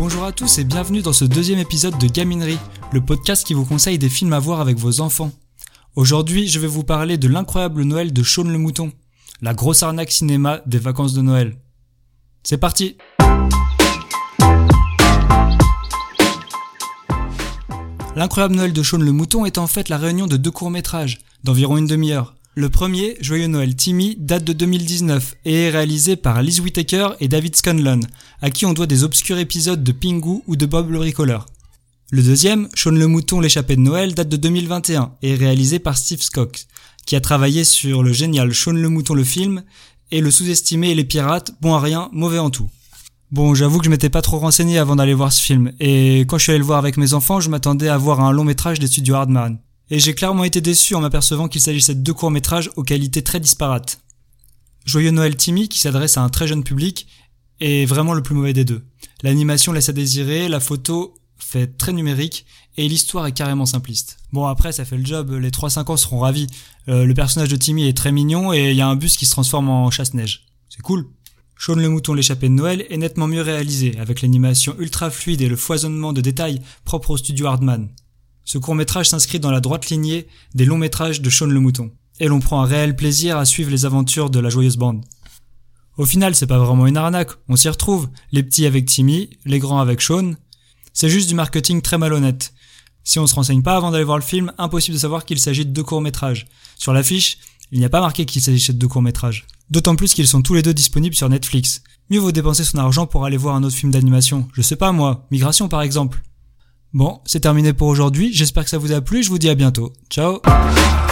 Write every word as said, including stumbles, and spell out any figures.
Bonjour à tous et bienvenue dans ce deuxième épisode de Gaminerie, le podcast qui vous conseille des films à voir avec vos enfants. Aujourd'hui, je vais vous parler de l'incroyable Noël de Shaun le Mouton, la grosse arnaque cinéma des vacances de Noël. C'est parti! L'incroyable Noël de Shaun le Mouton est en fait la réunion de deux courts-métrages, d'environ une demi-heure. Le premier, Joyeux Noël Timmy, date de deux mille dix-neuf et est réalisé par Liz Whittaker et David Scanlon, à qui on doit des obscurs épisodes de Pingu ou de Bob le Bricoleur. Le deuxième, Shaun le Mouton, l'échappée de Noël, date de deux mille vingt et un et est réalisé par Steve Scott, qui a travaillé sur le génial Shaun le Mouton le film et le sous-estimé et les pirates, bon à rien, mauvais en tout. Bon, j'avoue que je m'étais pas trop renseigné avant d'aller voir ce film, et quand je suis allé le voir avec mes enfants, je m'attendais à voir un long métrage des studios Hardman. Et j'ai clairement été déçu en m'apercevant qu'il s'agissait de deux courts-métrages aux qualités très disparates. Joyeux Noël Timmy, qui s'adresse à un très jeune public, est vraiment le plus mauvais des deux. L'animation laisse à désirer, la photo fait très numérique, et l'histoire est carrément simpliste. Bon, après, ça fait le job, les trois cinq ans seront ravis. Euh, le personnage de Timmy est très mignon, et il y a un bus qui se transforme en chasse-neige. C'est cool. Shaun le Mouton, l'échappée de Noël est nettement mieux réalisé, avec l'animation ultra fluide et le foisonnement de détails propres au studio Hardman. Ce court-métrage s'inscrit dans la droite lignée des longs métrages de Shaun le Mouton, et l'on prend un réel plaisir à suivre les aventures de la joyeuse bande. Au final, c'est pas vraiment une arnaque, on s'y retrouve, les petits avec Timmy, les grands avec Shaun. C'est juste du marketing très malhonnête. Si on se renseigne pas avant d'aller voir le film, impossible de savoir qu'il s'agit de deux courts-métrages. Sur l'affiche, il n'y a pas marqué qu'il s'agissait de deux courts-métrages. D'autant plus qu'ils sont tous les deux disponibles sur Netflix. Mieux vaut dépenser son argent pour aller voir un autre film d'animation. Je sais pas moi, Migration par exemple. Bon, c'est terminé pour aujourd'hui, j'espère que ça vous a plu, je vous dis à bientôt. Ciao!